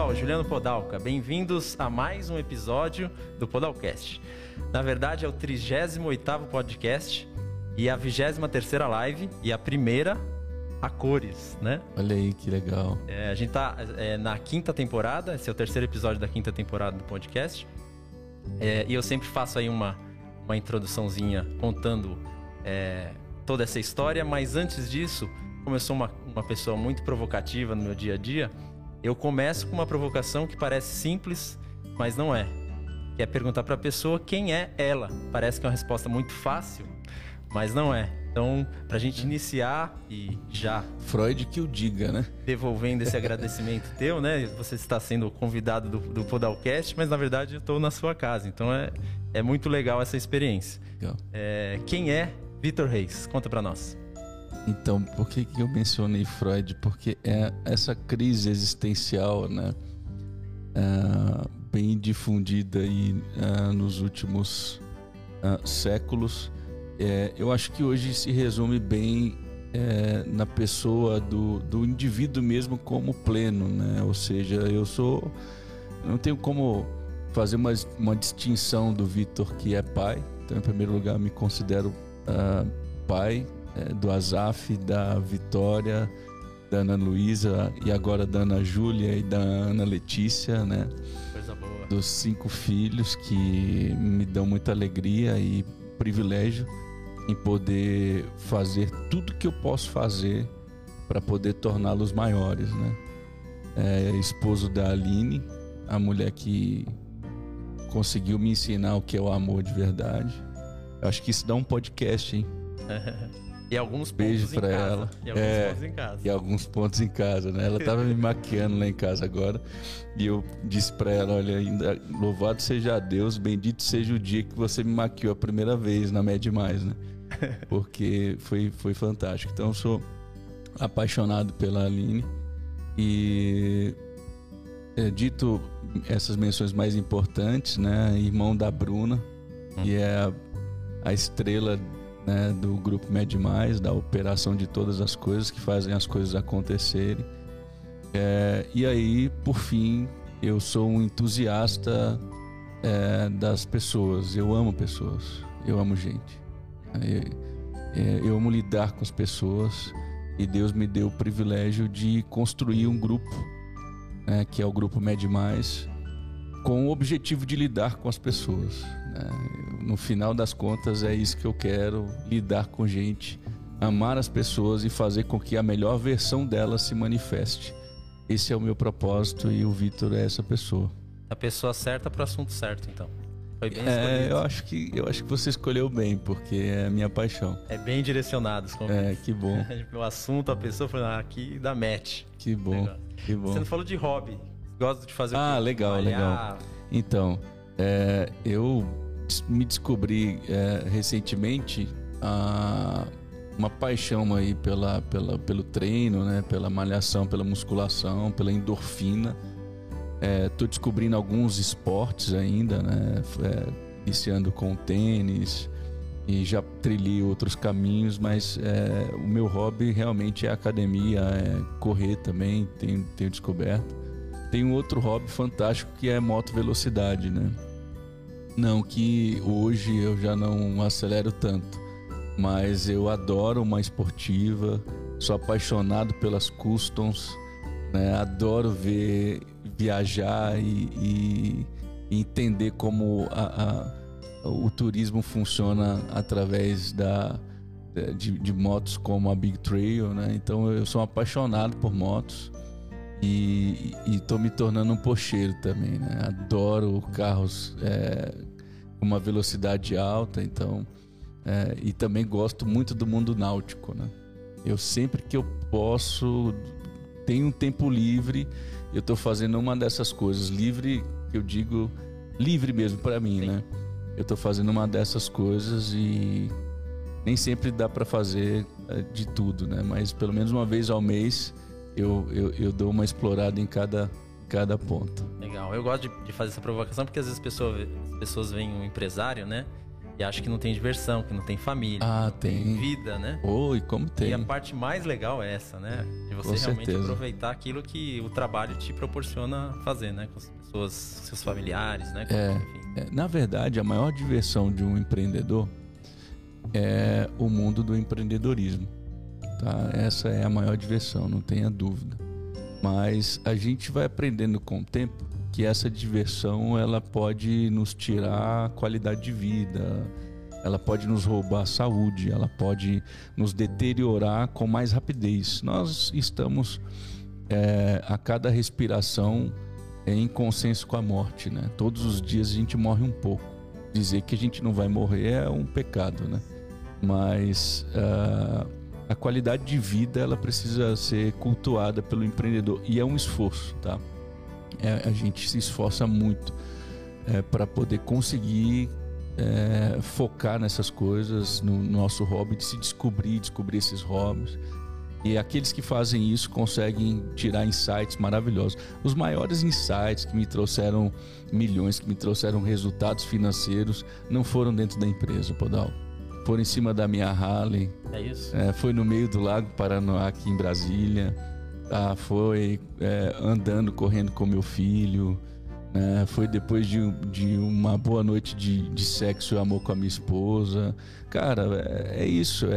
pessoal, Juliano Podalca, bem-vindos a mais um episódio do Podalcast. Na verdade é o 38º podcast e a 23ª live e a primeira a cores, né? Olha aí que legal. A gente tá na 5ª temporada, esse é o 3º episódio da 5ª temporada do podcast. E eu sempre faço aí uma introduçãozinha contando toda essa história, mas antes disso, como eu sou uma pessoa muito provocativa no meu dia a dia, eu começo com uma provocação que parece simples, mas não é. Que é perguntar para a pessoa quem é ela. Parece que é uma resposta muito fácil, mas não é. Então, pra gente iniciar e já... Freud que o diga, né? Devolvendo esse agradecimento teu, né? Você está sendo convidado do Podalcast, mas na verdade eu estou na sua casa. Então é muito legal essa experiência. Legal. Quem é Vitor Reis? Conta pra nós. Então, por que eu mencionei Freud? Porque essa crise existencial, né? Bem difundida aí nos últimos séculos. Eu acho que hoje se resume bem na pessoa do indivíduo mesmo como pleno, né? Ou seja, não tenho como fazer uma distinção do Vitor que é pai. Então, em primeiro lugar, me considero pai do Azaf, da Vitória, da Ana Luísa e agora da Ana Júlia e da Ana Letícia, né? Coisa boa. Dos 5 filhos que me dão muita alegria e privilégio em poder fazer tudo que eu posso fazer para poder torná-los maiores, né? Esposo da Aline, a mulher que conseguiu me ensinar o que é o amor de verdade. Eu acho que isso dá um podcast, hein? E alguns beijo para ela. E alguns pontos em casa. E alguns pontos em casa, né? Ela tava me maquiando lá em casa agora e eu disse para ela, olha, ainda louvado seja Deus, bendito seja o dia que você me maquiou a primeira vez na Med Mais, né? Porque foi fantástico. Então eu sou apaixonado pela Aline e dito essas menções mais importantes, né? Irmão da Bruna, que é a estrela, né, do grupo Med Mais, da operação de todas as coisas que fazem as coisas acontecerem. E aí, por fim, eu sou um entusiasta das pessoas. Eu amo pessoas, eu amo gente. Eu amo lidar com as pessoas e Deus me deu o privilégio de construir um grupo, que é o grupo Med Mais, com o objetivo de lidar com as pessoas. No final das contas é isso que eu quero, lidar com gente, amar as pessoas e fazer com que a melhor versão delas se manifeste. Esse é o meu propósito e o Vitor é essa pessoa. A pessoa certa para o assunto certo, então. Foi bem escolhido. Eu acho que você escolheu bem, porque é a minha paixão. É bem direcionado os convites. Que bom. O assunto, a pessoa falou, aqui dá match. Que bom, que bom. Você não falou de hobby. Gosto de fazer o quê? Legal. Então, eu me descobri recentemente uma paixão aí pelo treino, né? Pela malhação, pela musculação, pela endorfina. Tô descobrindo alguns esportes ainda, né? Iniciando com o tênis e já trilhei outros caminhos, mas o meu hobby realmente é academia, correr também, tenho descoberto. Tem um outro hobby fantástico que é moto velocidade, né? Não que hoje eu já não acelero tanto, mas eu adoro uma esportiva, sou apaixonado pelas customs, né? Adoro viajar e entender como o turismo funciona através de motos como a Big Trail, né? Então eu sou apaixonado por motos. E tô me tornando um pocheiro também, né? Adoro carros com uma velocidade alta, então e também gosto muito do mundo náutico, né? Eu sempre que eu posso, tenho um tempo livre, eu tô fazendo uma dessas coisas. Livre, que eu digo livre mesmo para mim, sim, né? Eu tô fazendo uma dessas coisas e nem sempre dá para fazer de tudo, né? Mas pelo menos uma vez ao mês eu dou uma explorada em cada ponto. Legal. Eu gosto de fazer essa provocação porque às vezes as pessoas veem um empresário, né? e acha que não tem diversão, que não tem família, tem vida, né? E como tem. E a parte mais legal é essa, né? De você realmente aproveitar aquilo que o trabalho te proporciona fazer, né? Com as pessoas, seus familiares, né? Enfim. Na verdade, a maior diversão de um empreendedor é o mundo do empreendedorismo, tá? Essa é a maior diversão, não tenha dúvida. Mas a gente vai aprendendo com o tempo que essa diversão ela pode nos tirar qualidade de vida, ela pode nos roubar a saúde, ela pode nos deteriorar com mais rapidez. Nós estamos a cada respiração em consenso com a morte, né? Todos os dias a gente morre um pouco. Dizer que a gente não vai morrer é um pecado, né? Mas a qualidade de vida ela precisa ser cultuada pelo empreendedor e é um esforço, tá? A gente se esforça muito para poder conseguir focar nessas coisas, no nosso hobby, de se descobrir esses hobbies. E aqueles que fazem isso conseguem tirar insights maravilhosos. Os maiores insights que me trouxeram milhões, que me trouxeram resultados financeiros, não foram dentro da empresa, Podal. Foram em cima da minha Harley. É isso? Foi no meio do Lago Paranoá, aqui em Brasília. Foi andando, correndo com meu filho, né? Foi depois de uma boa noite de sexo e amor com a minha esposa. Cara, é isso.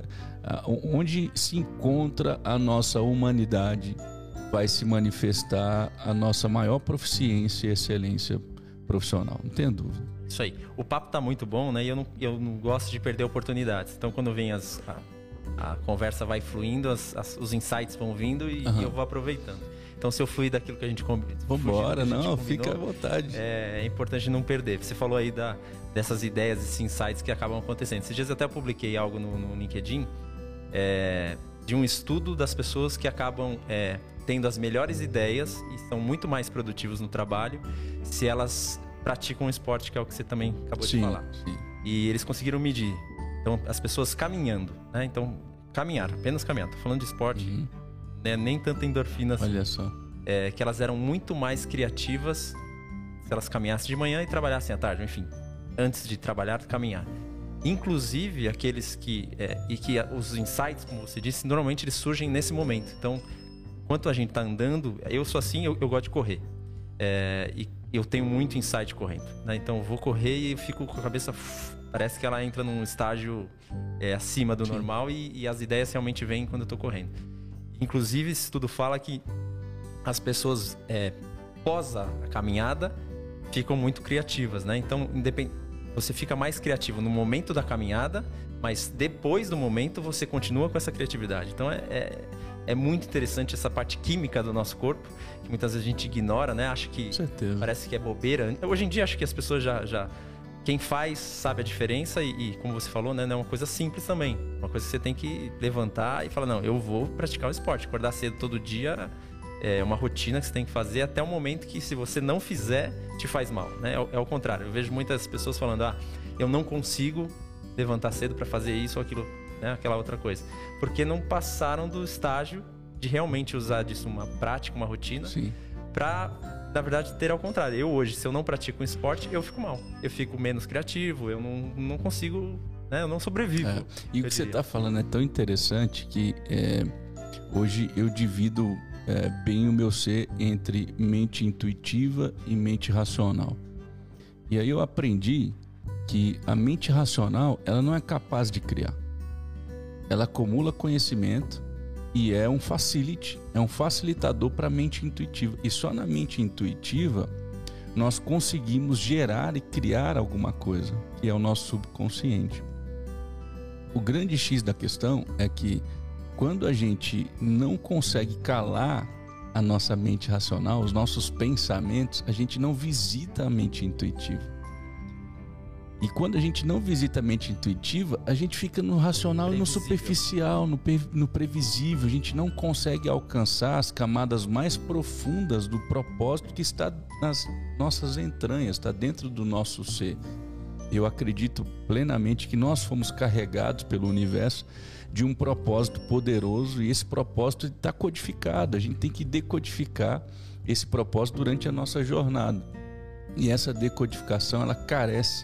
Onde se encontra a nossa humanidade, vai se manifestar a nossa maior proficiência e excelência profissional, não tenho dúvida. Isso aí. O papo tá muito bom, né? E eu não gosto de perder oportunidades. Então, quando vem a conversa vai fluindo, os insights vão vindo e eu vou aproveitando. Então, se eu fluir daquilo que a gente combinou... Vambora, fica à vontade. É importante não perder. Você falou aí dessas ideias, esses insights que acabam acontecendo. Esses dias eu até publiquei algo no LinkedIn de um estudo das pessoas que acabam tendo as melhores ideias e são muito mais produtivos no trabalho se elas praticam um esporte, que é o que você também acabou de falar. Sim. E eles conseguiram medir. Então, as pessoas caminhando, né? Então, apenas caminhar. Tô falando de esporte, né? Nem tanta endorfina assim. Olha só. Que elas eram muito mais criativas se elas caminhassem de manhã e trabalhassem à tarde, enfim. Antes de trabalhar, caminhar. Inclusive, aqueles que os insights, como você disse, normalmente eles surgem nesse momento. Então, enquanto a gente tá andando, eu sou assim, eu gosto de correr. E eu tenho muito insight correndo, né? Então, eu vou correr e eu fico com a cabeça... Parece que ela entra num estágio acima do normal e as ideias realmente vêm quando eu tô correndo. Inclusive, esse estudo fala que as pessoas, pós a caminhada, ficam muito criativas, né? Então, você fica mais criativo no momento da caminhada, mas depois do momento você continua com essa criatividade. Então, é muito interessante essa parte química do nosso corpo, que muitas vezes a gente ignora, né? Acha que parece que é bobeira. Hoje em dia, acho que as pessoas já quem faz sabe a diferença e como você falou, né, não é uma coisa simples também. Uma coisa que você tem que levantar e falar, não, eu vou praticar o esporte. Acordar cedo todo dia é uma rotina que você tem que fazer até o momento que, se você não fizer, te faz mal, né? É o contrário. Eu vejo muitas pessoas falando, eu não consigo levantar cedo para fazer isso ou aquilo, né, aquela outra coisa. Porque não passaram do estágio de realmente usar disso uma prática, uma rotina, para... Na verdade, ter ao contrário. Eu hoje, se eu não pratico um esporte, eu fico mal. Eu fico menos criativo, eu não consigo, né? Eu não sobrevivo. E o que você está falando é tão interessante que hoje eu divido bem o meu ser entre mente intuitiva e mente racional. E aí eu aprendi que a mente racional, ela não é capaz de criar. Ela acumula conhecimento e é um facility, é um facilitador para a mente intuitiva. E só na mente intuitiva nós conseguimos gerar e criar alguma coisa, que é o nosso subconsciente. O grande X da questão é que quando a gente não consegue calar a nossa mente racional, os nossos pensamentos, a gente não visita a mente intuitiva. E quando a gente não visita a mente intuitiva, a gente fica no racional e no superficial, no previsível. A gente não consegue alcançar as camadas mais profundas do propósito que está nas nossas entranhas, está dentro do nosso ser. Eu acredito plenamente que nós fomos carregados pelo universo de um propósito poderoso e esse propósito está codificado. A gente tem que decodificar esse propósito durante a nossa jornada. E essa decodificação, ela carece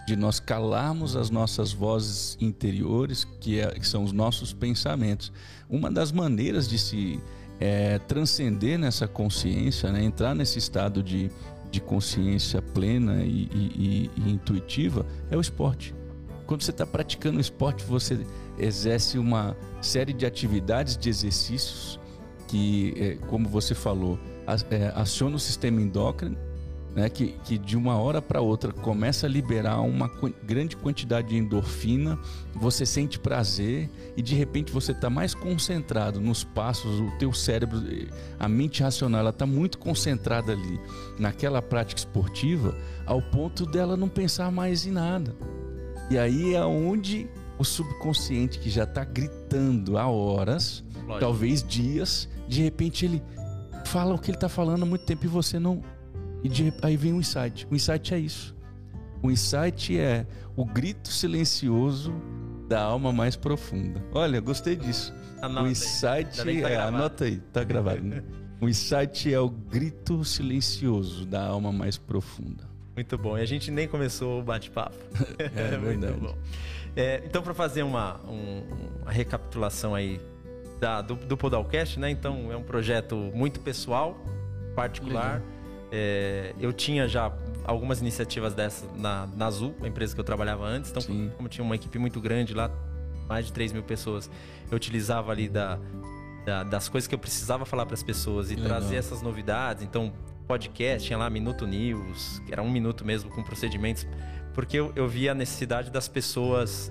de nós calarmos as nossas vozes interiores, que são os nossos pensamentos. Uma das maneiras de se transcender nessa consciência, né? Entrar nesse estado de consciência plena e intuitiva, é o esporte. Quando você está praticando o esporte, você exerce uma série de atividades, de exercícios que, como você falou, aciona o sistema endócrino, né, que de uma hora para outra começa a liberar uma grande quantidade de endorfina, você sente prazer e de repente você está mais concentrado nos passos, o teu cérebro, a mente racional, ela está muito concentrada ali naquela prática esportiva, ao ponto dela não pensar mais em nada. E aí é onde o subconsciente, que já está gritando há horas, talvez dias, de repente ele fala o que ele está falando há muito tempo e você não... aí vem o insight. O insight é isso. O insight é o grito silencioso da alma mais profunda. Olha, gostei disso. Anota o insight anota aí, tá gravado, né? O insight é o grito silencioso da alma mais profunda. Muito bom. E a gente nem começou o bate-papo. É verdade. Muito bom. Então, para fazer uma recapitulação aí do Podalcast, né? Então, é um projeto muito pessoal, particular. Eu tinha já algumas iniciativas dessas na Azul, a empresa que eu trabalhava antes. Então, como tinha uma equipe muito grande lá, mais de 3.000 pessoas, eu utilizava ali das coisas que eu precisava falar para as pessoas e trazer essas novidades. Então, podcast, tinha lá Minuto News, que era 1 minuto mesmo com procedimentos, porque eu via a necessidade das pessoas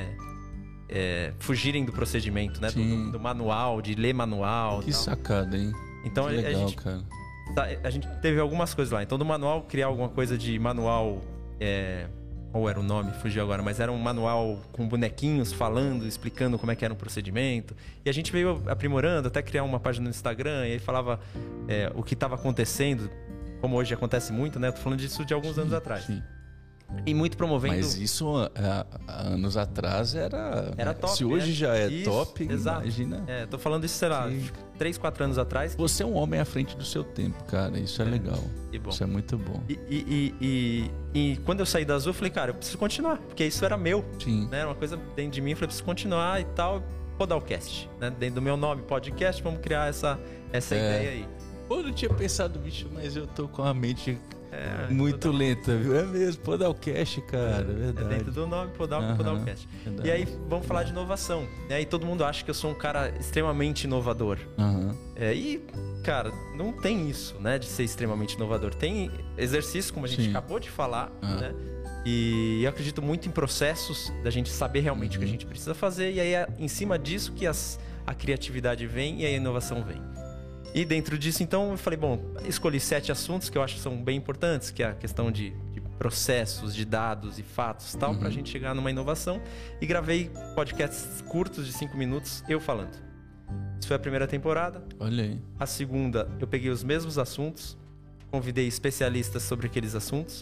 fugirem do procedimento, né? Do manual, de ler manual. Que sacada, hein? Então, que legal, cara. A gente teve algumas coisas lá. Então, do manual, criar alguma coisa de manual... qual era o nome? Fugiu agora. Mas era um manual com bonequinhos falando, explicando como é que era um procedimento. E a gente veio aprimorando, até criar uma página no Instagram. E aí falava o que estava acontecendo, como hoje acontece muito, né? Eu tô falando disso de alguns anos atrás. Sim. E muito promovendo... Mas isso há anos atrás era top. Se hoje já é isso, top, exato. Imagina. Tô falando isso, sei lá, 3, 4 anos atrás. Você é um homem à frente do seu tempo, cara. Isso é legal. Bom. Isso é muito bom. E quando eu saí da Azul, eu falei, cara, eu preciso continuar, porque isso era meu. Sim. Né? Uma coisa dentro de mim, eu falei, preciso continuar e tal. Podalcast, né? Dentro do meu nome, podcast, vamos criar essa ideia aí. Eu não tinha pensado, bicho, mas eu tô com a mente muito lenta, viu? É mesmo, Podalcast, cara, é verdade. É dentro do nome, Podalcast. Verdade. E aí, vamos falar de inovação. E todo mundo acha que eu sou um cara extremamente inovador. E, cara, não tem isso, né, de ser extremamente inovador. Tem exercício, como a gente acabou de falar, né? E eu acredito muito em processos da gente saber realmente o que a gente precisa fazer. E aí é em cima disso que a criatividade vem e a inovação vem. E dentro disso, então, eu falei, bom, escolhi 7 assuntos que eu acho que são bem importantes, que é a questão de processos, de dados e fatos e tal, pra gente chegar numa inovação. E gravei podcasts curtos de 5 minutos, eu falando. Isso foi a primeira temporada. Olha aí. A segunda, eu peguei os mesmos assuntos, convidei especialistas sobre aqueles assuntos,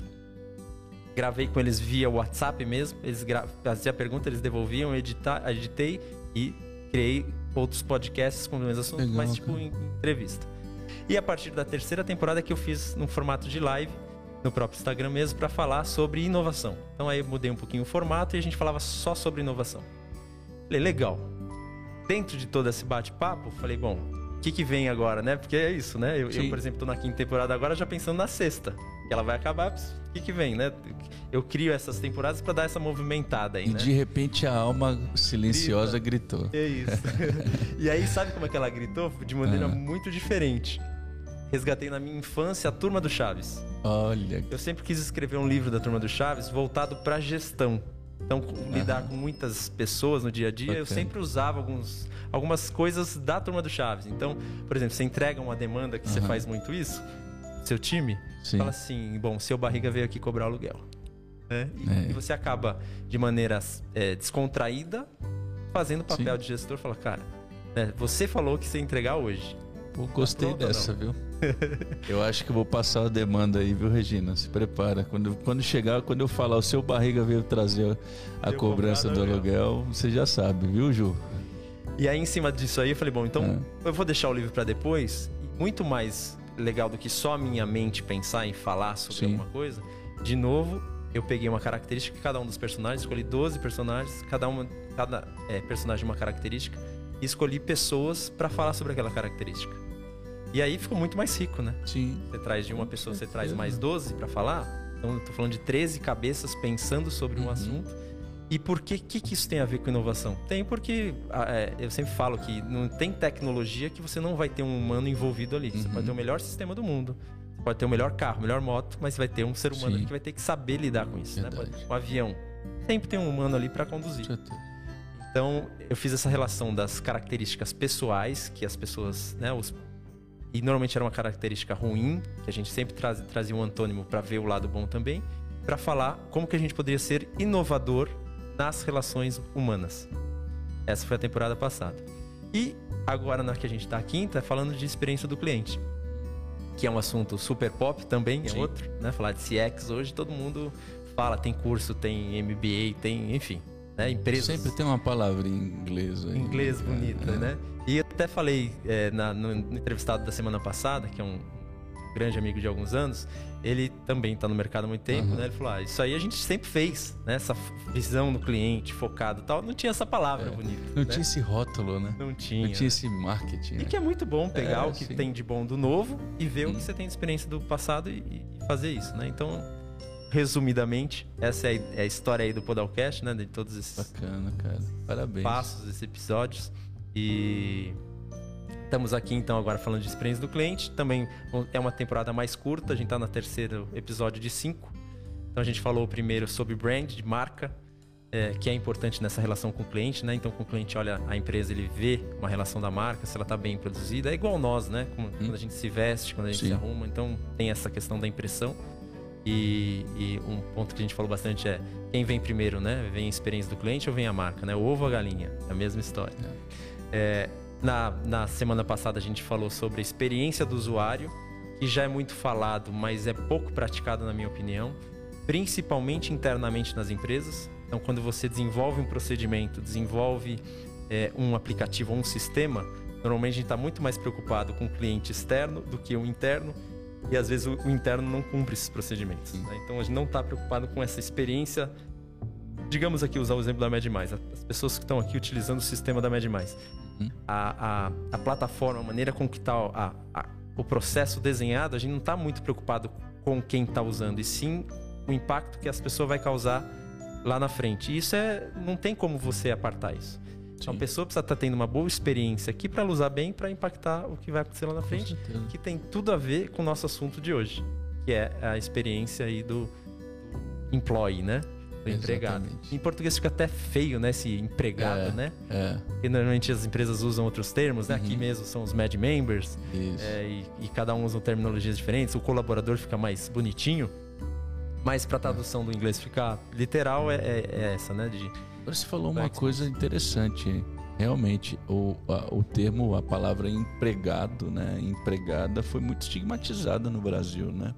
gravei com eles via WhatsApp mesmo, eles faziam a pergunta, eles devolviam, editei e criei outros podcasts com os mesmos assuntos, mas tipo em entrevista. E a partir da terceira temporada que eu fiz no formato de live, no próprio Instagram mesmo, para falar sobre inovação. Então aí eu mudei um pouquinho o formato e a gente falava só sobre inovação. Falei, legal. Dentro de todo esse bate-papo, falei, bom, o que vem agora, né? Porque é isso, né? Eu por exemplo, tô na 5ª temporada agora já pensando na 6ª. Que ela vai acabar, o que vem, né? Eu crio essas temporadas para dar essa movimentada aí, né? E de repente a alma silenciosa gritou. É isso. E aí, sabe como é que ela gritou? De maneira muito diferente. Resgatei na minha infância a Turma do Chaves. Olha. Eu sempre quis escrever um livro da Turma do Chaves voltado para gestão. Então, lidar com muitas pessoas no dia a dia, eu sempre usava algumas coisas da Turma do Chaves. Então, por exemplo, você entrega uma demanda que você faz muito isso, seu time, fala assim, bom, seu barriga veio aqui cobrar aluguel. Né? E você acaba, de maneira descontraída, fazendo o papel de gestor. Fala, cara, né, você falou que você ia entregar hoje. Pô, gostei dessa, viu? Eu acho que eu vou passar a demanda aí, viu, Regina? Se prepara. Quando chegar, quando eu falar o seu barriga veio trazer a cobrança do aluguel, você já sabe, viu, Ju? E aí, em cima disso aí, eu falei, bom, então eu vou deixar o livro para depois. E muito mais legal do que só a minha mente pensar em falar sobre alguma coisa. De novo, eu peguei uma característica de cada um dos personagens, escolhi 12 personagens, cada personagem uma característica, e escolhi pessoas para falar sobre aquela característica. E aí ficou muito mais rico, né? Sim. Você traz de uma pessoa, você traz mais 12 para falar. Então eu tô falando de 13 cabeças pensando sobre um assunto. E por que isso tem a ver com inovação? Tem porque eu sempre falo que não tem tecnologia que você não vai ter um humano envolvido ali. Você pode ter o melhor sistema do mundo, pode ter o melhor carro, a melhor moto, mas vai ter um ser humano ali que vai ter que saber lidar com isso, né? Um avião, sempre tem um humano ali para conduzir. Então, eu fiz essa relação das características pessoais que as pessoas, né, e normalmente era uma característica ruim, que a gente sempre trazia um antônimo para ver o lado bom também, para falar como que a gente poderia ser inovador nas relações humanas. Essa foi a temporada passada. E agora, na que a gente está a quinta, falando de experiência do cliente, que é um assunto super pop também, é outro, né? Falar de CX hoje, todo mundo fala, tem curso, tem MBA, tem, enfim, né? Empresas... Sempre tem uma palavra em inglês aí. Inglês bonita, né? E eu até falei no entrevistado da semana passada, que é um grande amigo de alguns anos, ele também está no mercado há muito tempo, né? Ele falou, isso aí a gente sempre fez, né? Essa visão no cliente, focado e tal. Não tinha essa palavra bonita. Não tinha esse rótulo, né? Não tinha. Não tinha esse marketing. E que é muito bom pegar o que tem de bom do novo e ver o que você tem de experiência do passado e fazer isso, né? Então, resumidamente, essa é a história aí do Podalcast, né? De todos esses bacana, cara. Parabéns. passos, esses episódios. E... estamos aqui, então, agora falando de experiência do cliente. Também é uma temporada mais curta. A gente está no terceiro episódio de 5. Então, a gente falou primeiro sobre brand, de marca, que é importante nessa relação com o cliente, né? Então, com o cliente olha a empresa, ele vê uma relação da marca, se ela está bem produzida. É igual nós, né? Quando a gente se veste, quando a gente se arruma. Então, tem essa questão da impressão. E um ponto que a gente falou bastante é quem vem primeiro, né? Vem a experiência do cliente ou vem a marca, né? O ovo ou a galinha? É a mesma história. Na semana passada a gente falou sobre a experiência do usuário, que já é muito falado, mas é pouco praticado na minha opinião, principalmente internamente nas empresas. Então, quando você desenvolve um procedimento, desenvolve um aplicativo ou um sistema, normalmente a gente está muito mais preocupado com o cliente externo do que o interno, e às vezes o interno não cumpre esses procedimentos, né? Então, a gente não está preocupado com essa experiência. Digamos aqui, usar o exemplo da MedMais. As pessoas que estão aqui utilizando o sistema da MedMais. A plataforma, a maneira com que está o processo desenhado, a gente não está muito preocupado com quem está usando, e sim o impacto que essa pessoa vai causar lá na frente. E isso não tem como você apartar isso. Então, a pessoa precisa estar tendo uma boa experiência aqui para ela usar bem, para impactar o que vai acontecer lá na frente, que tem tudo a ver com o nosso assunto de hoje, que é a experiência aí do employee, né? Do empregado. Em português fica até feio, né? Esse empregado, né? Porque normalmente as empresas usam outros termos, né? Aqui mesmo são os Med Members. E cada um usa terminologias diferentes. O colaborador fica mais bonitinho. Mas para a tradução do inglês ficar literal é essa, né? Agora você falou uma coisa interessante, hein? Realmente, o termo, a palavra empregado, né? Empregada foi muito estigmatizada no Brasil, né?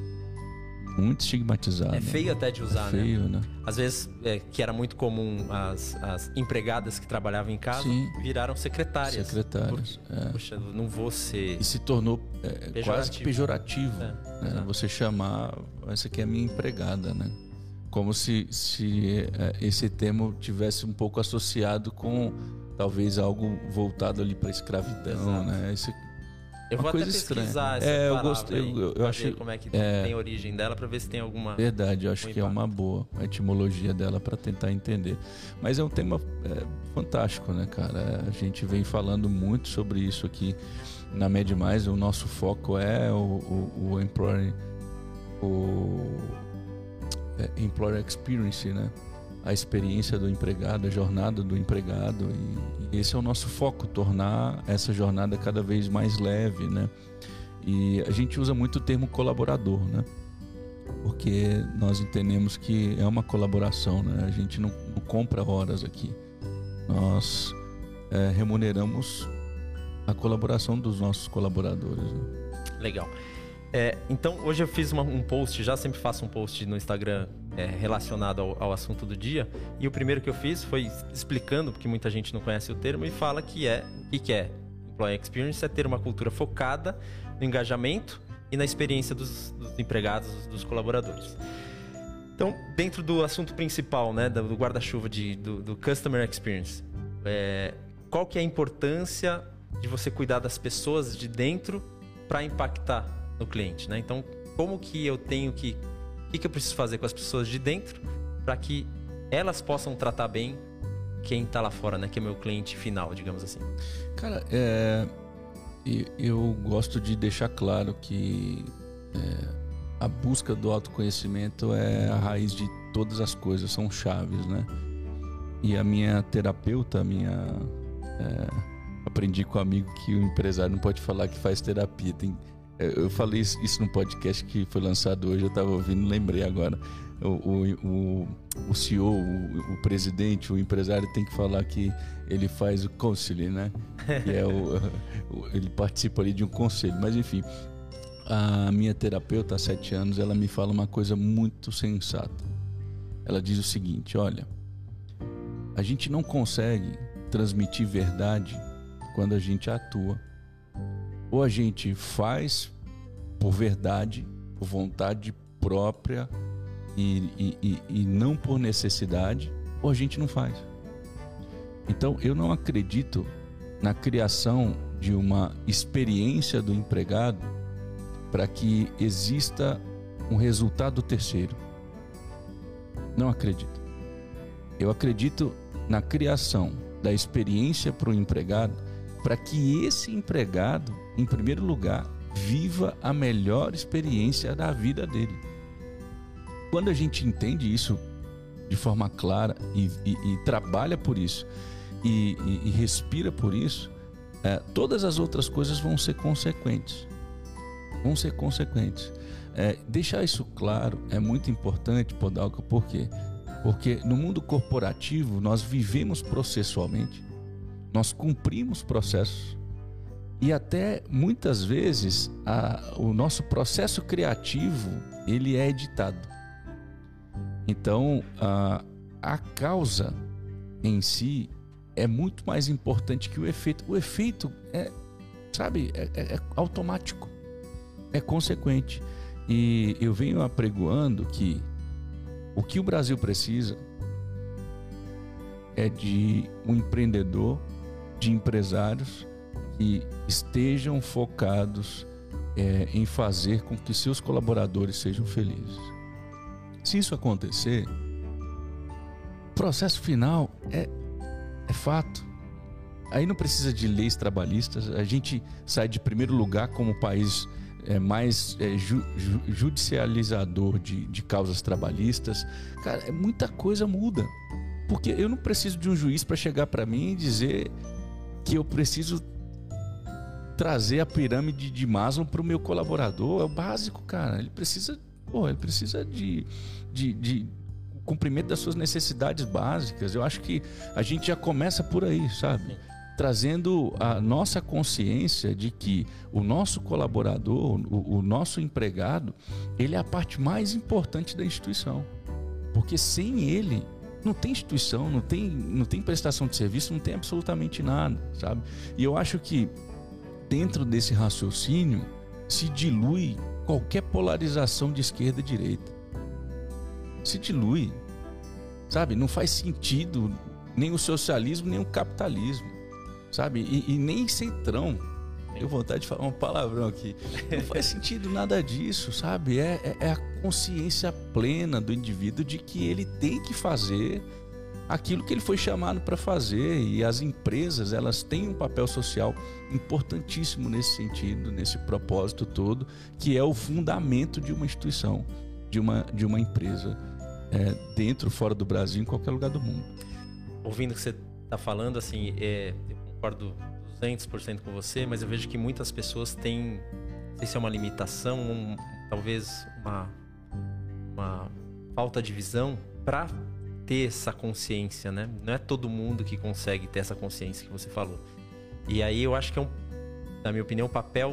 Muito estigmatizado. É feio até de usar, né? Feio, né? Às vezes, que era muito comum as empregadas que trabalhavam em casa viraram secretárias. Secretárias. Puxa, não vou ser... E se tornou quase pejorativo. Né? Você chamar, essa aqui é a minha empregada, né? Como se esse termo tivesse um pouco associado com talvez algo voltado ali para a escravidão, né? Eu vou até pesquisar essa palavra. Eu gostei. Eu achei como é que tem a origem dela, para ver se tem alguma... Verdade, eu acho que é uma boa a etimologia dela para tentar entender. Mas é um tema fantástico, né, cara? A gente vem falando muito sobre isso aqui na MedMais. O nosso foco é o Employer Experience, né? A experiência do empregado, a jornada do empregado, e esse é o nosso foco, tornar essa jornada cada vez mais leve, né? E a gente usa muito o termo colaborador, né? Porque nós entendemos que é uma colaboração, né? A gente não compra horas aqui, nós remuneramos a colaboração dos nossos colaboradores, né? Legal. Então, hoje eu fiz um post, já sempre faço um post no Instagram relacionado ao assunto do dia. E o primeiro que eu fiz foi explicando, porque muita gente não conhece o termo, e fala que o que é Employee Experience, é ter uma cultura focada no engajamento e na experiência dos empregados, dos colaboradores. Então, dentro do assunto principal, né, do guarda-chuva do Customer Experience, qual que é a importância de você cuidar das pessoas de dentro para impactar no cliente, né? Então, como que eu tenho que... O que eu preciso fazer com as pessoas de dentro para que elas possam tratar bem quem está lá fora, né? Que é meu cliente final, digamos assim. Cara, eu gosto de deixar claro que a busca do autoconhecimento é a raiz de todas as coisas, são chaves, né? E a minha terapeuta, aprendi com um amigo que o empresário não pode falar que faz terapia. Eu falei isso no podcast que foi lançado hoje, eu estava ouvindo, lembrei agora. O CEO, o presidente, o empresário tem que falar que ele faz o counseling, né? Que ele participa ali de um conselho. Mas enfim, a minha terapeuta há 7 anos, ela me fala uma coisa muito sensata. Ela diz o seguinte: olha, a gente não consegue transmitir verdade quando a gente atua. Ou a gente faz por verdade, por vontade própria e não por necessidade, ou a gente não faz. Então, eu não acredito na criação de uma experiência do empregado para que exista um resultado terceiro. Não acredito. Eu acredito na criação da experiência para o empregado, para que esse empregado, em primeiro lugar, viva a melhor experiência da vida dele. Quando a gente entende isso de forma clara e trabalha por isso e respira por isso, todas as outras coisas vão ser consequentes. Vão ser consequentes. Deixar isso claro é muito importante, Podalca, por quê? Porque no mundo corporativo nós vivemos processualmente, nós cumprimos processos e até muitas vezes o nosso processo criativo ele é editado. Então a causa em si é muito mais importante que o efeito. O efeito é automático, é consequente. E eu venho apregoando que o que o Brasil precisa é de um empreendedor, de empresários que estejam focados em fazer com que seus colaboradores sejam felizes. Se isso acontecer, o processo final é fato. Aí não precisa de leis trabalhistas, a gente sai de primeiro lugar como país mais judicializador de causas trabalhistas. Cara, muita coisa muda. Porque eu não preciso de um juiz para chegar para mim e dizer que eu preciso trazer a pirâmide de Maslow para o meu colaborador. É o básico, cara. Ele precisa de cumprimento das suas necessidades básicas. Eu acho que a gente já começa por aí, sabe? Trazendo a nossa consciência de que o nosso colaborador, o nosso empregado, ele é a parte mais importante da instituição. Porque sem ele não tem instituição, não tem prestação de serviço, não tem absolutamente nada, sabe? E eu acho que dentro desse raciocínio se dilui qualquer polarização de esquerda e direita. Se dilui, sabe? Não faz sentido nem o socialismo, nem o capitalismo, sabe? E nem centrão. Tenho vontade de falar um palavrão aqui. Não faz sentido nada disso, sabe? É a consciência plena do indivíduo de que ele tem que fazer aquilo que ele foi chamado para fazer. E as empresas, elas têm um papel social importantíssimo nesse sentido, nesse propósito todo, que é o fundamento de uma instituição, de uma empresa, dentro, fora do Brasil, em qualquer lugar do mundo. Ouvindo o que você está falando, assim, eu concordo 200% com você, mas eu vejo que muitas pessoas têm, não sei se é uma limitação, talvez uma falta de visão para ter essa consciência, né? Não é todo mundo que consegue ter essa consciência que você falou. E aí eu acho que na minha opinião, o papel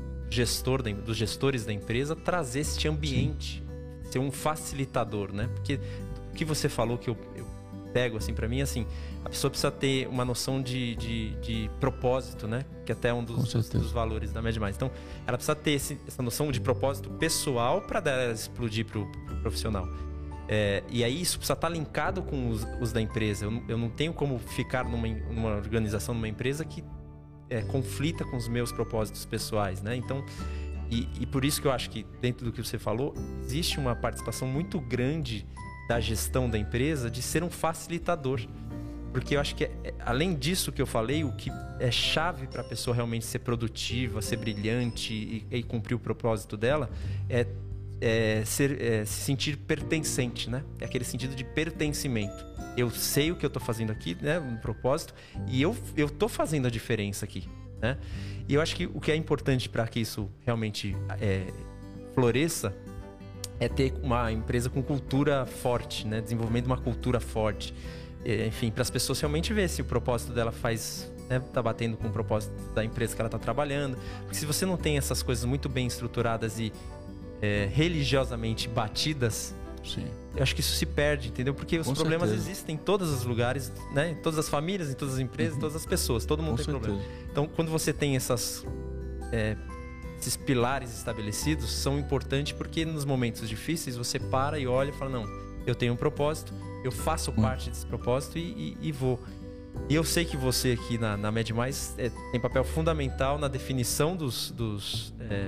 dos gestores da empresa trazer este ambiente, sim, ser um facilitador, né? Porque o que você falou que eu pego assim para mim, assim, a pessoa precisa ter uma noção de propósito, né? Que até é um dos valores da Mad Mais. Então, ela precisa ter essa noção de propósito pessoal para ela explodir pro profissional. E aí isso precisa estar linkado com os da empresa. Eu não tenho como ficar numa organização, numa empresa que conflita com os meus propósitos pessoais, né? Então, e por isso que eu acho que dentro do que você falou, existe uma participação muito grande da gestão da empresa de ser um facilitador. Porque eu acho que, além disso que eu falei, o que é chave para a pessoa realmente ser produtiva, ser brilhante e cumprir o propósito dela se sentir pertencente, né? É aquele sentido de pertencimento. Eu sei o que eu estou fazendo aqui, né? Um propósito, e eu estou fazendo a diferença aqui, né? E eu acho que o que é importante para que isso realmente floresça é ter uma empresa com cultura forte, né? Desenvolvimento de uma cultura forte. Enfim, para as pessoas realmente ver se o propósito dela tá batendo com o propósito da empresa que ela está trabalhando. Porque se você não tem essas coisas muito bem estruturadas e religiosamente batidas, sim, eu acho que isso se perde, entendeu? Porque os problemas existem em todos os lugares, né? Em todas as famílias, em todas as empresas, em todas as pessoas. Todo mundo tem problema. Então, quando você tem esses pilares estabelecidos, são importantes porque nos momentos difíceis você para e olha e fala, não, eu tenho um propósito, eu faço parte desse propósito e vou. E eu sei que você aqui na Med+, tem papel fundamental na definição dos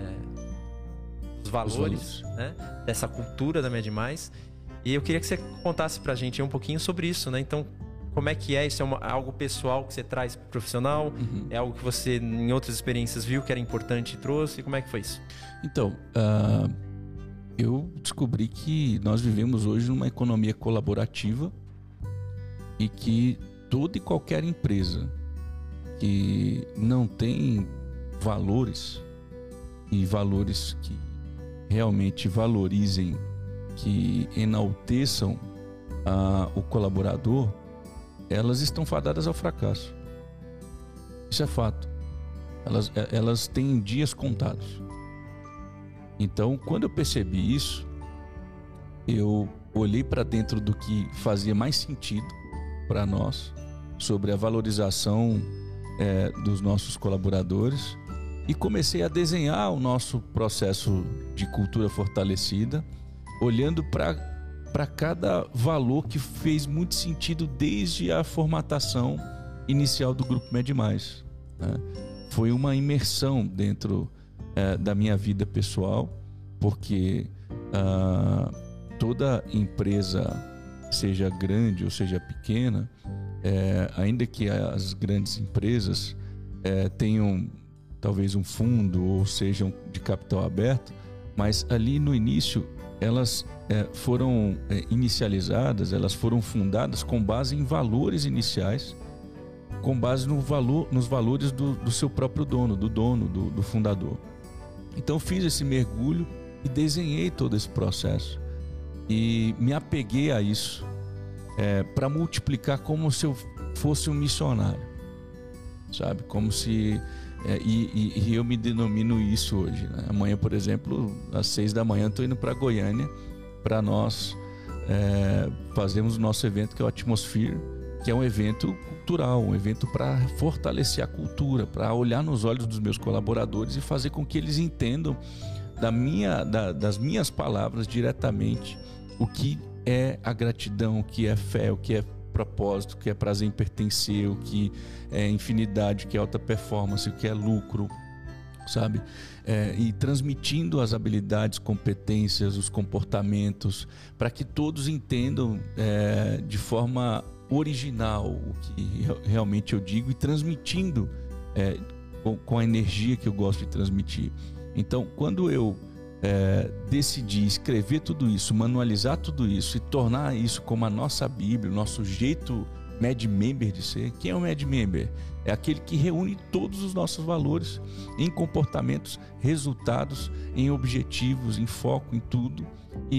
valores, né? Dessa cultura da Med+. E eu queria que você contasse pra gente um pouquinho sobre isso, né? Então, como é que é? Isso é algo pessoal que você traz pro profissional? Uhum. É algo que você, em outras experiências, viu que era importante e trouxe? Como é que foi isso? Então, eu descobri que nós vivemos hoje numa economia colaborativa e que toda e qualquer empresa que não tem valores e valores que realmente valorizem, que enalteçam o colaborador, elas estão fadadas ao fracasso. Isso é fato. Elas têm dias contados. Então, quando eu percebi isso, eu olhei para dentro do que fazia mais sentido para nós, sobre a valorização dos nossos colaboradores, e comecei a desenhar o nosso processo de cultura fortalecida, olhando para cada valor que fez muito sentido desde a formatação inicial do Grupo Med+, né? Foi uma imersão dentro da minha vida pessoal, porque toda empresa, seja grande ou seja pequena, ainda que as grandes empresas tenham talvez um fundo ou sejam de capital aberto, mas ali no início elas foram inicializadas, elas foram fundadas com base em valores iniciais, com base nos valores do seu próprio dono, do fundador. Então fiz esse mergulho e desenhei todo esse processo e me apeguei a isso para multiplicar como se eu fosse um missionário, sabe? Como se e eu me denomino isso hoje, né? Amanhã, por exemplo, às 6 da manhã, estou indo para Goiânia para nós fazermos o nosso evento, que é o Atmosphere, que é um evento cultural, um evento para fortalecer a cultura, para olhar nos olhos dos meus colaboradores e fazer com que eles entendam das minhas palavras diretamente o que é a gratidão, o que é fé, o que é propósito, o que é prazer em pertencer, o que é infinidade, o que é alta performance, o que é lucro, sabe? E transmitindo as habilidades, competências, os comportamentos, para que todos entendam de forma original o que realmente eu digo e transmitindo com a energia que eu gosto de transmitir. Então, quando eu decidi escrever tudo isso, manualizar tudo isso e tornar isso como a nossa Bíblia, o nosso jeito Med Member de ser. Quem é o Med Member? É aquele que reúne todos os nossos valores em comportamentos, resultados, em objetivos, em foco, em tudo.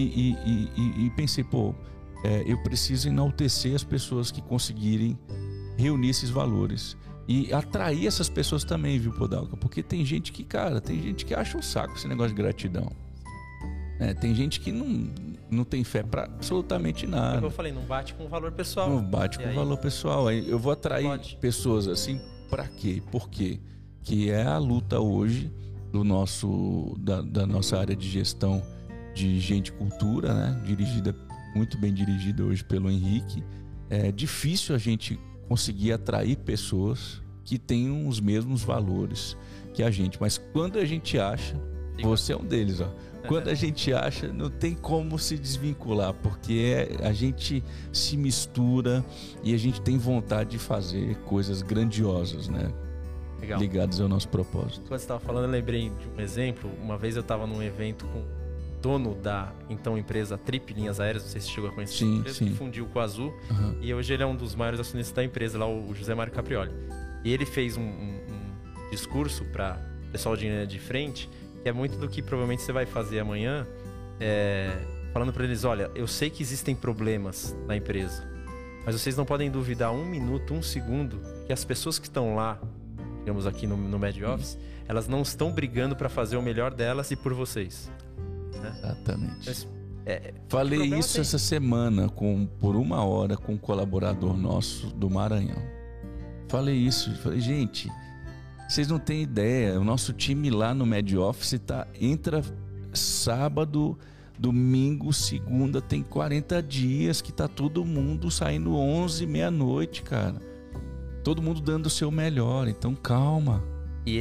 E pensei, eu preciso enaltecer as pessoas que conseguirem reunir esses valores e atrair essas pessoas também, viu, Podalca? Porque tem gente que acha um saco esse negócio de gratidão. Tem gente que não tem fé para absolutamente nada. Como eu falei, não bate com o valor pessoal. Não bate com o valor pessoal. Aí eu vou atrair pessoas assim, para quê? Por quê? Que é a luta hoje da nossa área de gestão de gente e cultura, né? Dirigida muito bem dirigida hoje pelo Henrique. É difícil a gente conseguir atrair pessoas que tenham os mesmos valores que a gente. Mas quando a gente acha, você é um deles, ó. Quando a gente acha, não tem como se desvincular, porque a gente se mistura e a gente tem vontade de fazer coisas grandiosas, né? Legal. Ligadas ao nosso propósito. Quando você estava falando, eu lembrei de um exemplo. Uma vez eu estava num evento com o dono da então empresa Trip Linhas Aéreas, não sei se chegou a conhecer essa empresa, que fundiu com a Azul. E hoje ele é um dos maiores acionistas da empresa, lá o José Mário Caprioli. E ele fez um discurso para o pessoal de linha de frente, que é muito do que provavelmente você vai fazer amanhã, falando para eles, olha, eu sei que existem problemas na empresa, mas vocês não podem duvidar um minuto, um segundo, que as pessoas que estão lá, digamos aqui no Med Office, elas não estão brigando para fazer o melhor delas e por vocês. Né? Exatamente. Mas, falei isso essa semana por 1 hora com um colaborador nosso do Maranhão. Falei isso, falei, gente, vocês não têm ideia, o nosso time lá no Med Office entra sábado, domingo, segunda, tem 40 dias que tá todo mundo saindo 11, meia-noite, cara. Todo mundo dando o seu melhor, então calma. E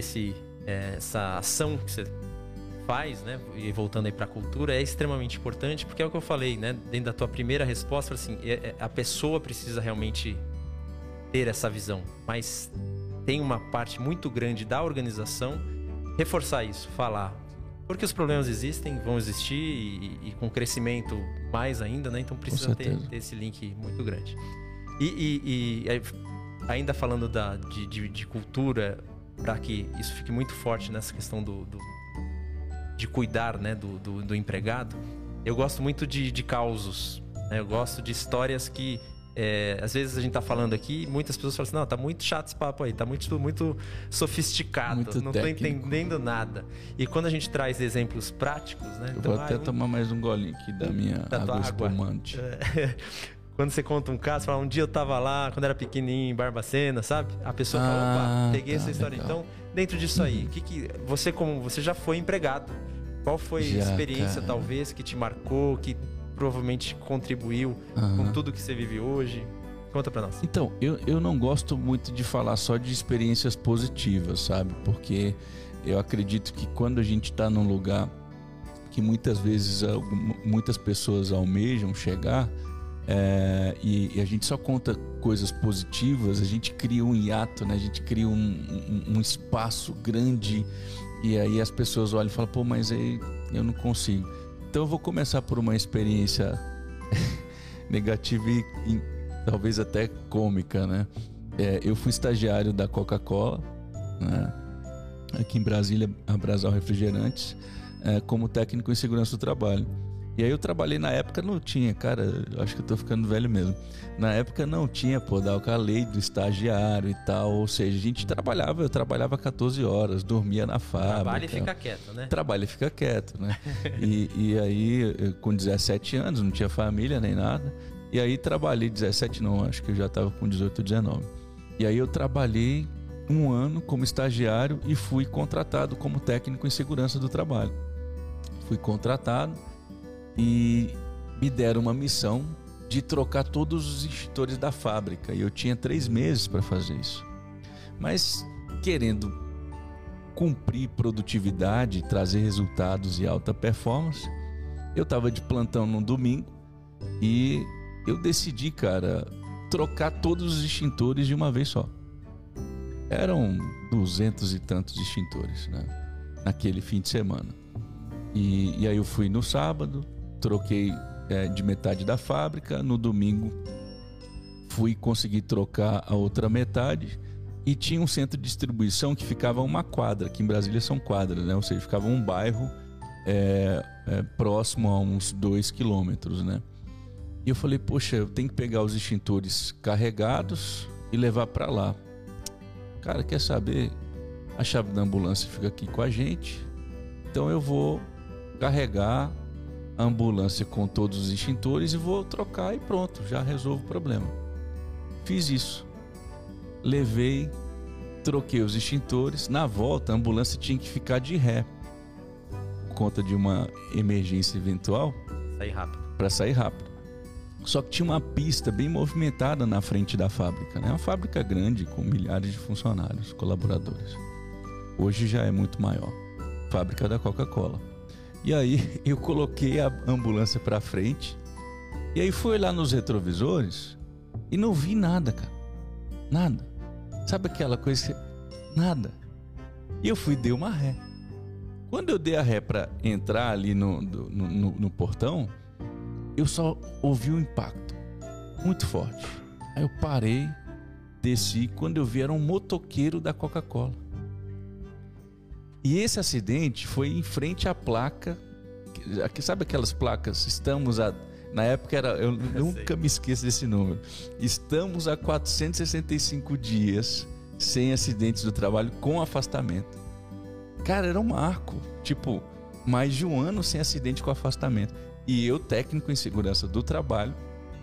essa ação que você faz, né, e voltando aí para a cultura, é extremamente importante, porque é o que eu falei, né, dentro da tua primeira resposta, assim, a pessoa precisa realmente ter essa visão, mas tem uma parte muito grande da organização reforçar isso, falar, porque os problemas existem, vão existir e com crescimento mais ainda, né, então precisa ter esse link muito grande. E ainda falando de cultura, para que isso fique muito forte nessa questão de cuidar, né, do empregado, eu gosto muito de causos, né? Eu gosto de histórias que às vezes a gente tá falando aqui, muitas pessoas falam assim, não, tá muito chato esse papo aí, tá muito sofisticado, muito não técnico. Tô entendendo nada. E quando a gente traz exemplos práticos, né? Eu vou até tomar mais um golinho aqui da minha água espumante. Quando você conta um caso, fala, um dia eu tava lá, quando era pequenininho, em Barbacena, sabe? A pessoa fala, opa, peguei essa história. Legal. Então, dentro disso aí, você já foi empregado, qual foi a experiência, cara, talvez, que te marcou, que provavelmente contribuiu com tudo que você vive hoje? Conta pra nós. Então, eu não gosto muito de falar só de experiências positivas, sabe? Porque eu acredito que quando a gente tá num lugar que muitas vezes muitas pessoas almejam chegar, e a gente só conta coisas positivas, a gente cria um hiato, né? A gente cria um espaço grande, e aí as pessoas olham e falam, pô, mas aí eu não consigo. Então eu vou começar por uma experiência negativa e talvez até cômica, né? Eu fui estagiário da Coca-Cola, né? Aqui em Brasília, a Brasal Refrigerantes, como técnico em segurança do trabalho. E aí eu trabalhei, na época não tinha, cara, acho que eu tô ficando velho mesmo. Na época não tinha, a lei do estagiário e tal, ou seja, a gente eu trabalhava 14 horas, dormia na fábrica. Trabalha e fica quieto, né? Trabalha e fica quieto, né? e aí, com 17 anos, não tinha família nem nada, e aí trabalhei, 17 não, acho que eu já tava com 18, 19. E aí eu trabalhei 1 ano como estagiário e fui contratado como técnico em segurança do trabalho. Fui contratado e me deram uma missão de trocar todos os extintores da fábrica. E eu tinha 3 meses para fazer isso. Mas querendo cumprir produtividade, trazer resultados e alta performance, eu estava de plantão no domingo e eu decidi, cara, trocar todos os extintores de uma vez só. Eram 200 e tantos extintores, né? Naquele fim de semana. E aí eu fui no sábado, troquei de metade da fábrica. No domingo fui conseguir trocar a outra metade. E tinha um centro de distribuição que ficava uma quadra, que em Brasília são quadras, né? Ou seja, ficava um bairro próximo a uns 2 quilômetros, né? E eu falei, poxa, eu tenho que pegar os extintores carregados e levar para lá. Cara, quer saber? A chave da ambulância fica aqui com a gente, então eu vou carregar a ambulância com todos os extintores e vou trocar e pronto, já resolvo o problema. Fiz isso. Levei, troquei os extintores. Na volta, a ambulância tinha que ficar de ré por conta de uma emergência eventual. Sair rápido. para sair rápido. Só que tinha uma pista bem movimentada na frente da fábrica, né? Uma fábrica grande com milhares de funcionários, colaboradores. Hoje já é muito maior. Fábrica da Coca-Cola. E aí eu coloquei a ambulância para frente e aí fui olhar nos retrovisores e não vi nada, cara. Nada. Sabe aquela coisa que... Nada. E eu dei uma ré. Quando eu dei a ré para entrar ali no portão, eu só ouvi um impacto muito forte. Aí eu parei, desci, quando eu vi era um motoqueiro da Coca-Cola. E esse acidente foi em frente à placa, sabe aquelas placas? Na época eu nunca me esqueço desse número. Estamos há 465 dias sem acidentes do trabalho com afastamento. Cara, era um marco, tipo, mais de um ano sem acidente com afastamento. E eu, técnico em segurança do trabalho,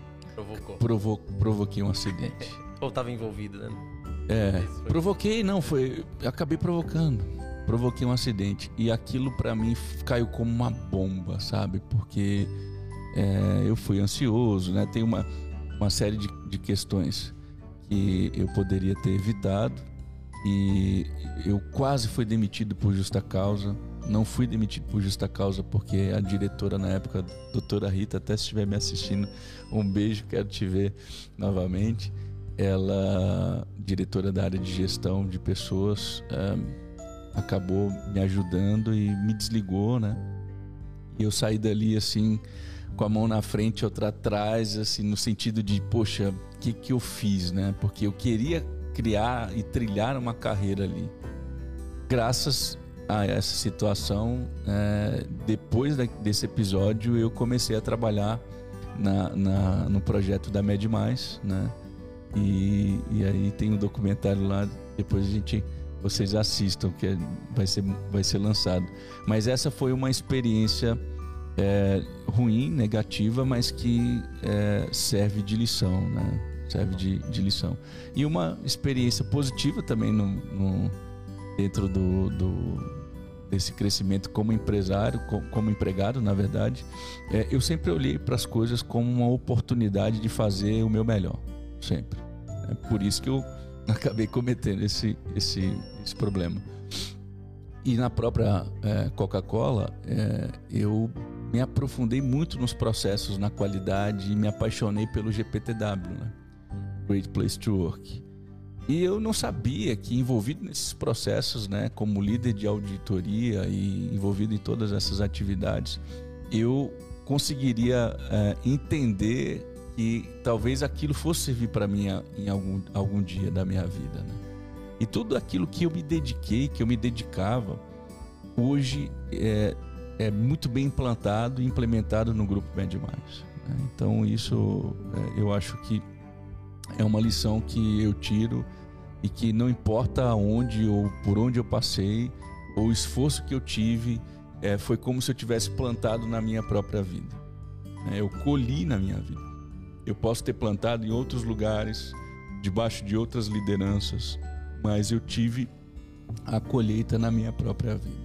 provoquei um acidente. Ou estava envolvido, né? Provoquei, não, acabei provocando. Provoquei um acidente e aquilo pra mim caiu como uma bomba, sabe? Porque eu fui ansioso, né? Tem uma série de questões que eu poderia ter evitado e eu quase fui demitido por justa causa. Não fui demitido por justa causa porque a diretora na época, a doutora Rita, até se estiver me assistindo, um beijo, quero te ver novamente. Ela, diretora da área de gestão de pessoas, acabou me ajudando e me desligou, né? E eu saí dali assim, com a mão na frente, outra atrás, assim, no sentido de, poxa, o que eu fiz, né? Porque eu queria criar e trilhar uma carreira ali. Graças a essa situação, depois desse episódio, eu comecei a trabalhar no projeto da Med+, né? E aí tem um documentário lá, depois vocês assistam, que vai ser lançado. Mas essa foi uma experiência ruim, negativa, mas que serve de lição, né? Serve de lição. E uma experiência positiva também dentro desse crescimento como empresário, como empregado, na verdade. Eu sempre olhei para as coisas como uma oportunidade de fazer o meu melhor, sempre. É por isso que eu acabei cometendo esse problema. E na própria Coca-Cola, eu me aprofundei muito nos processos, na qualidade, e me apaixonei pelo GPTW, né? Great Place to Work. E eu não sabia que, envolvido nesses processos, né, como líder de auditoria e envolvido em todas essas atividades, eu conseguiria entender que talvez aquilo fosse servir para mim em algum dia da minha vida, né? E tudo aquilo que eu me dediquei, que eu me dedicava, hoje é muito bem implantado e implementado no Grupo Med+, né? Então isso eu acho que é uma lição que eu tiro e que não importa aonde ou por onde eu passei, ou o esforço que eu tive, foi como se eu tivesse plantado na minha própria vida. Eu colhi na minha vida. Eu posso ter plantado em outros lugares, debaixo de outras lideranças, mas eu tive a colheita na minha própria vida.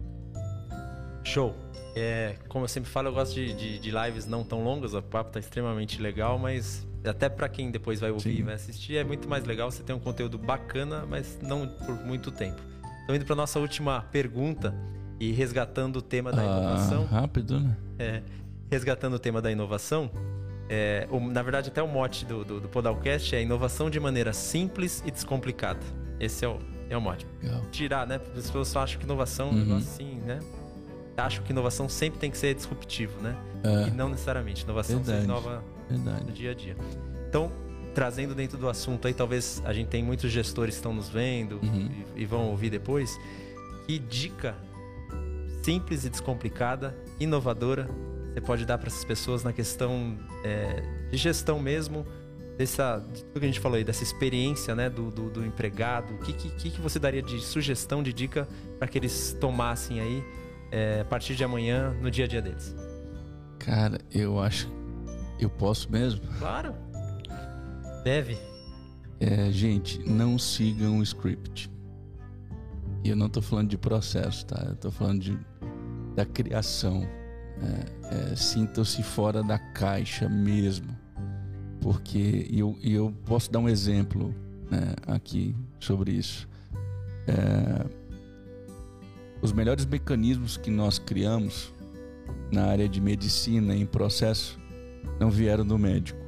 Show! Como eu sempre falo, eu gosto de lives não tão longas, o papo está extremamente legal, mas até para quem depois vai ouvir e vai assistir, é muito mais legal você ter um conteúdo bacana, mas não por muito tempo. Então, indo para nossa última pergunta e resgatando o tema da inovação. Rápido, né? Resgatando o tema da inovação, na verdade, até o mote do Podalcast é inovação de maneira simples e descomplicada. Esse é o mote. Legal. Tirar, né? As pessoas só acham que inovação é um negócio assim, né? Acham que inovação sempre tem que ser disruptivo, né? E não necessariamente. Inovação se inova no dia a dia. Então, trazendo dentro do assunto aí, talvez a gente tem muitos gestores que estão nos vendo e vão ouvir depois. Que dica simples e descomplicada, inovadora, você pode dar para essas pessoas na questão de gestão mesmo, de tudo que a gente falou aí, dessa experiência, né, do empregado? O que você daria de sugestão, de dica para que eles tomassem aí a partir de amanhã, no dia a dia deles? Cara, eu acho... Eu posso mesmo? Claro. Deve. Gente, não sigam o script. E eu não tô falando de processo, tá? Eu tô falando da criação. Sintam-se fora da caixa mesmo. Porque eu posso dar um exemplo, né, aqui sobre isso. Os melhores mecanismos que nós criamos na área de medicina, em processo, não vieram do médico.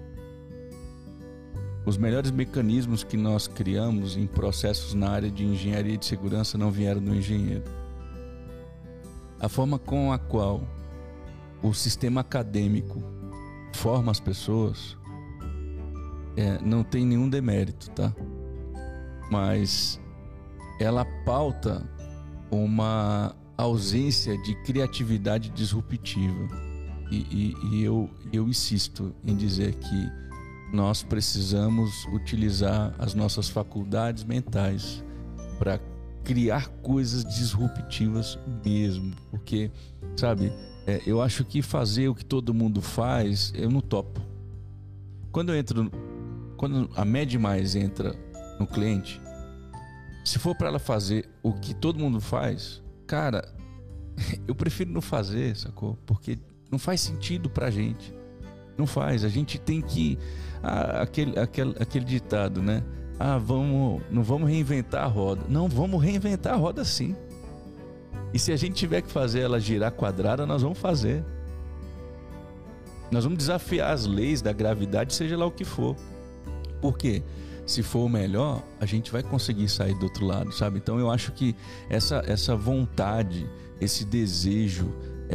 Os melhores mecanismos que nós criamos em processos na área de engenharia de segurança não vieram do engenheiro. A forma com a qual o sistema acadêmico forma as pessoas não tem nenhum demérito, tá? Mas ela pauta uma ausência de criatividade disruptiva. E eu insisto em dizer que nós precisamos utilizar as nossas faculdades mentais para criar coisas disruptivas mesmo. Porque, sabe, eu acho que fazer o que todo mundo faz, eu não topo. Quando a Med Mais entra no cliente, se for para ela fazer o que todo mundo faz, cara, eu prefiro não fazer, sacou? Porque não faz sentido pra gente. Não faz. A gente tem que... aquele ditado, né? Não vamos reinventar a roda. Não, vamos reinventar a roda sim. E se a gente tiver que fazer ela girar quadrada, nós vamos fazer. Nós vamos desafiar as leis da gravidade, seja lá o que for. Por quê? Se for o melhor, a gente vai conseguir sair do outro lado, sabe? Então eu acho que essa vontade, esse desejo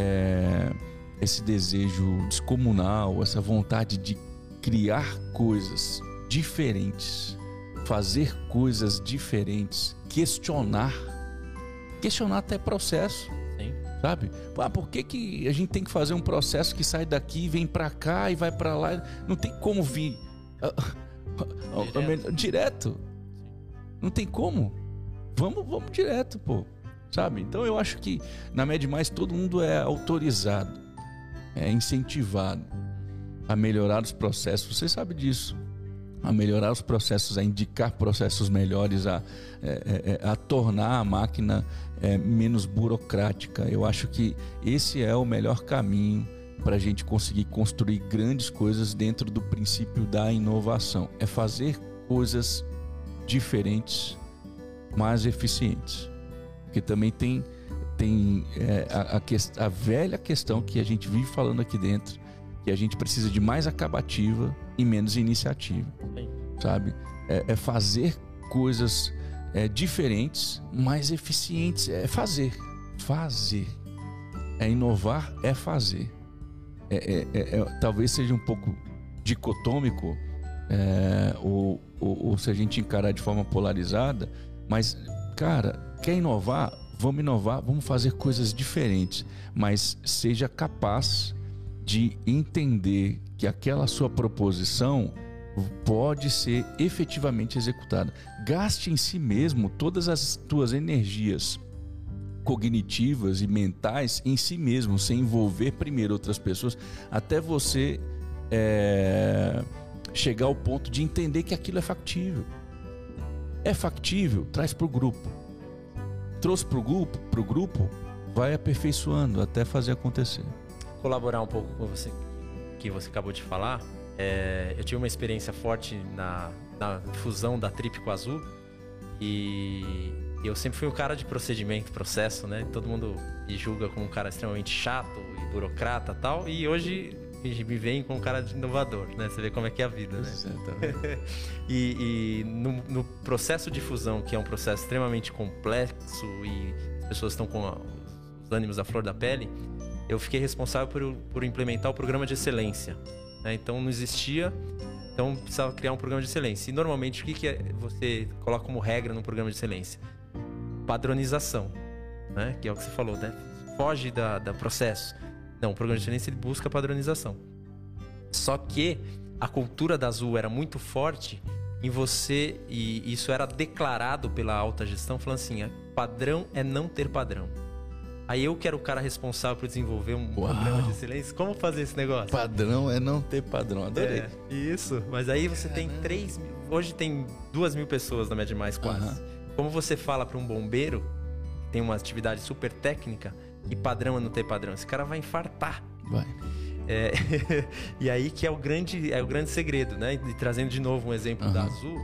descomunal, essa vontade de criar coisas diferentes, fazer coisas diferentes, questionar até processo. Sim. Sabe? Por que a gente tem que fazer um processo que sai daqui, vem pra cá e vai pra lá? Não tem como vir direto. Não tem como. Vamos direto, pô. Sabe? Então eu acho que na Med Mais todo mundo é autorizado, é incentivado a melhorar os processos. Você sabe disso. A melhorar os processos, a indicar processos melhores, a tornar a máquina menos burocrática. Eu acho que esse é o melhor caminho para a gente conseguir construir grandes coisas dentro do princípio da inovação. É fazer coisas diferentes, mais eficientes. Porque também tem a velha questão que a gente vive falando aqui dentro, que a gente precisa de mais acabativa e menos iniciativa. Sim. Sabe? É fazer coisas diferentes, mais eficientes. É fazer. É inovar, é fazer. Talvez seja um pouco dicotômico, ou se a gente encarar de forma polarizada, mas, cara, quer inovar? Vamos fazer coisas diferentes, mas seja capaz de entender que aquela sua proposição pode ser efetivamente executada. Gaste em si mesmo todas as tuas energias cognitivas e mentais em si mesmo, sem envolver primeiro outras pessoas, até você chegar ao ponto de entender que aquilo é factível. É factível, traz para o grupo. Trouxe para o grupo, vai aperfeiçoando até fazer acontecer. Colaborar um pouco com você, que você acabou de falar. Eu tive uma experiência forte na fusão da Trip com a Azul, e eu sempre fui um cara de procedimento, processo, né? Todo mundo me julga como um cara extremamente chato e burocrata e tal, e hoje me veem como um cara de inovador, né? Você vê como é que é a vida, né? Exatamente. E no processo de fusão, que é um processo extremamente complexo e as pessoas estão com os ânimos à flor da pele, eu fiquei responsável por implementar o programa de excelência, né? Então não existia, então precisava criar um programa de excelência. E normalmente o que você coloca como regra no programa de excelência? Padronização, né? Que é o que você falou, né? Foge da processo. Não, o programa de excelência ele busca padronização. Só que a cultura da Azul era muito forte em você, e isso era declarado pela alta gestão, falando assim: padrão é não ter padrão. Aí eu que era o cara responsável por desenvolver um programa de excelência. Como fazer esse negócio? Padrão é não ter padrão. Adorei. Isso. Mas aí você tem 3 mil... Hoje tem 2.000 pessoas na Med Mais quase. Como você fala para um bombeiro tem uma atividade super técnica e padrão é não ter padrão. Esse cara vai infartar. Vai. E aí que é o grande segredo, né? E trazendo de novo um exemplo da Azul,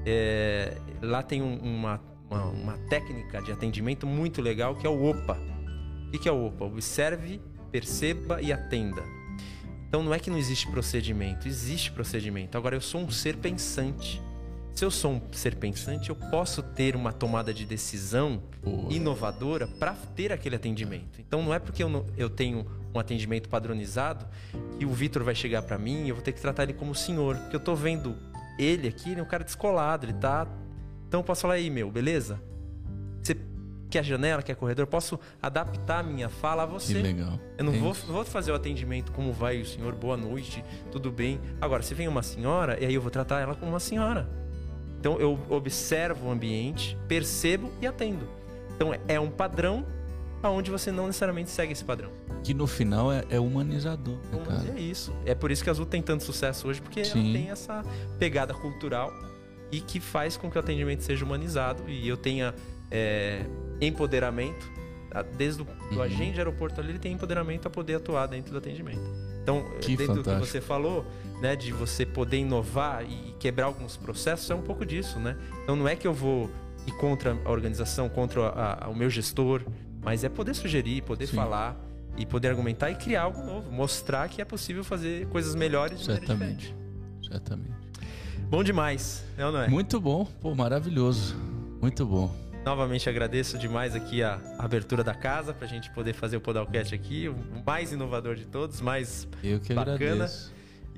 lá tem uma técnica de atendimento muito legal que é o OPA. O que é o OPA? Observe, perceba e atenda. Então não é que não existe procedimento, existe procedimento. Agora eu sou um ser pensante. Se eu sou um ser pensante, eu posso ter uma tomada de decisão inovadora para ter aquele atendimento. Então não é porque eu tenho um atendimento padronizado que o Vitor vai chegar para mim e eu vou ter que tratar ele como senhor. Porque eu tô vendo ele aqui, ele é um cara descolado, ele tá... Então eu posso falar aí, beleza? Você quer janela, quer corredor? Eu posso adaptar a minha fala a você. Que legal. Eu não vou fazer o atendimento como vai o senhor, boa noite, tudo bem. Agora, se vem uma senhora, e aí eu vou tratar ela como uma senhora. Então eu observo o ambiente, percebo e atendo. Então é um padrão onde você não necessariamente segue esse padrão. Que no final é humanizador, né, cara? É isso. É por isso que a Azul tem tanto sucesso hoje, porque ela tem essa pegada cultural e que faz com que o atendimento seja humanizado e eu tenha empoderamento. Desde o agente de aeroporto ali, ele tem empoderamento a poder atuar dentro do atendimento. Então, dentro do que você falou, né, de você poder inovar e quebrar alguns processos, é um pouco disso, né? Então, não é que eu vou ir contra a organização, contra o meu gestor, mas é poder sugerir, poder falar e poder argumentar e criar algo novo, mostrar que é possível fazer coisas melhores de maneira diferente. Certamente. Bom demais, não é? Muito bom, pô, maravilhoso, muito bom. Novamente agradeço demais aqui a abertura da casa pra gente poder fazer o Podalcast aqui, o mais inovador de todos, mais Eu que bacana. agradeço.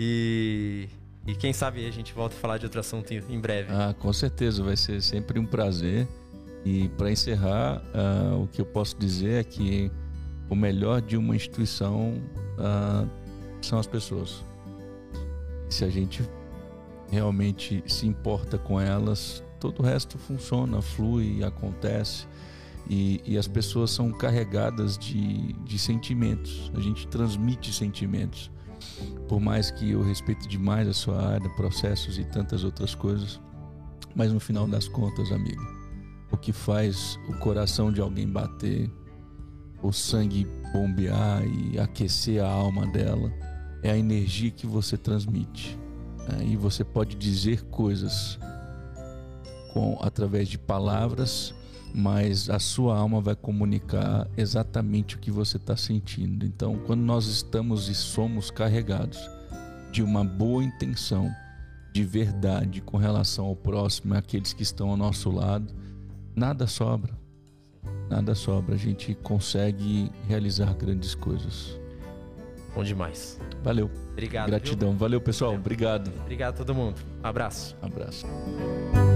E quem sabe a gente volta a falar de outro assunto em breve. Com certeza, vai ser sempre um prazer. E para encerrar, o que eu posso dizer é que o melhor de uma instituição são as pessoas. Se a gente realmente se importa com elas, todo o resto funciona, flui, acontece. E as pessoas são carregadas de sentimentos. A gente transmite sentimentos. Por mais que eu respeite demais a sua área, processos e tantas outras coisas. Mas no final das contas, amigo, o que faz o coração de alguém bater, o sangue bombear e aquecer a alma dela, é a energia que você transmite. E você pode dizer coisas através de palavras, mas a sua alma vai comunicar exatamente o que você está sentindo. Então, quando nós estamos e somos carregados de uma boa intenção, de verdade com relação ao próximo, àqueles que estão ao nosso lado, nada sobra. Nada sobra. A gente consegue realizar grandes coisas. Bom demais. Valeu. Obrigado. Gratidão. Viu? Valeu, pessoal. Valeu. Obrigado. Obrigado a todo mundo. Abraço. Abraço.